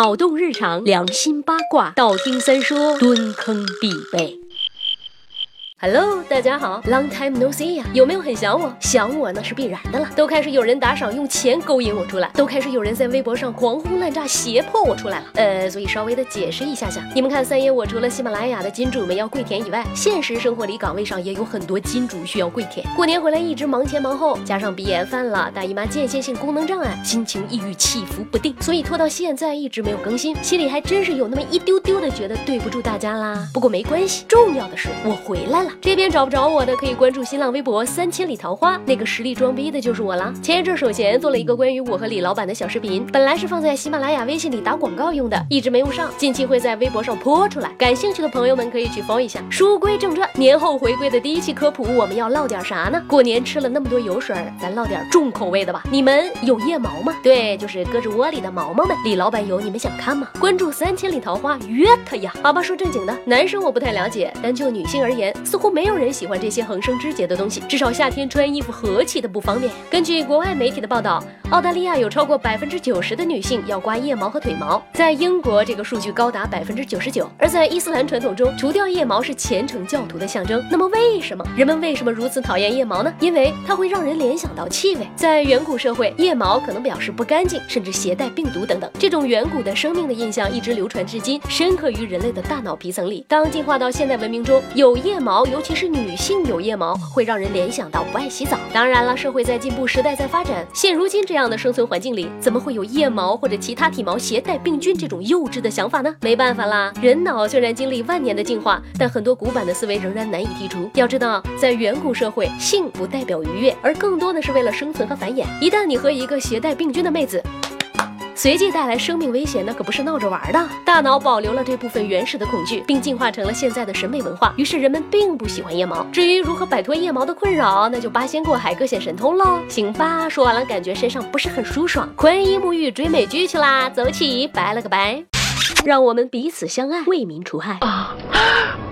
脑洞日常，良心八卦，道听三说，蹲坑必备。Hello， 大家好 ，Long time no see 呀，有没有很想我？想我呢是必然的了。都开始有人打赏用钱勾引我出来，都开始有人在微博上狂轰滥炸胁迫我出来了。所以稍微的解释一下下。你们看三爷我除了喜马拉雅的金主们要跪舔以外，现实生活里岗位上也有很多金主需要跪舔。过年回来一直忙前忙后，加上鼻炎犯了，大姨妈间歇性功能障碍，心情抑郁起伏不定，所以拖到现在一直没有更新，心里还真是有那么一丢丢的觉得对不住大家啦。不过没关系，重要的是我回来了。这边找不着我的可以关注新浪微博3000里桃花，那个实力装逼的就是我了。前一阵手闲做了一个关于我和李老板的小视频，本来是放在喜马拉雅微信里打广告用的，一直没用上，近期会在微博上泼出来，感兴趣的朋友们可以去follow一下。书归正传，年后回归的第一期科普，我们要唠点啥呢？过年吃了那么多油水，咱唠点重口味的吧。你们有腋毛吗？对，就是胳肢窝里的毛毛们。李老板有，你们想看吗？关注3000里桃花，约他呀。好吧，说正经的，男生我不太了解，但就女性而言，似乎没有人喜欢这些横生枝节的东西，至少夏天穿衣服何其的不方便。根据国外媒体的报道，澳大利亚有超过90%的女性要刮腋毛和腿毛，在英国这个数据高达99%，而在伊斯兰传统中，除掉腋毛是虔诚教徒的象征。那么人们为什么如此讨厌腋毛呢？因为它会让人联想到气味。在远古社会，腋毛可能表示不干净，甚至携带病毒等等。这种远古的生命的印象一直流传至今，深刻于人类的大脑皮层里。当进化到现代文明中，有腋毛，尤其是女性有腋毛，会让人联想到不爱洗澡。当然了，社会在进步，时代在发展，现如今这样的生存环境里，怎么会有腋毛或者其他体毛携带病菌这种幼稚的想法呢？没办法啦，人脑虽然经历万年的进化，但很多古板的思维仍然难以剔除。要知道，在远古社会，性不代表愉悦，而更多的是为了生存和繁衍。一旦你和一个携带病菌的妹子随即带来生命危险，那可不是闹着玩的。大脑保留了这部分原始的恐惧，并进化成了现在的审美文化。于是人们并不喜欢腋毛。至于如何摆脱腋毛的困扰，那就八仙过海各显神通喽。行吧，说完了感觉身上不是很舒爽，宽衣沐浴追美剧去啦，走起，拜了个拜。让我们彼此相爱，为民除害。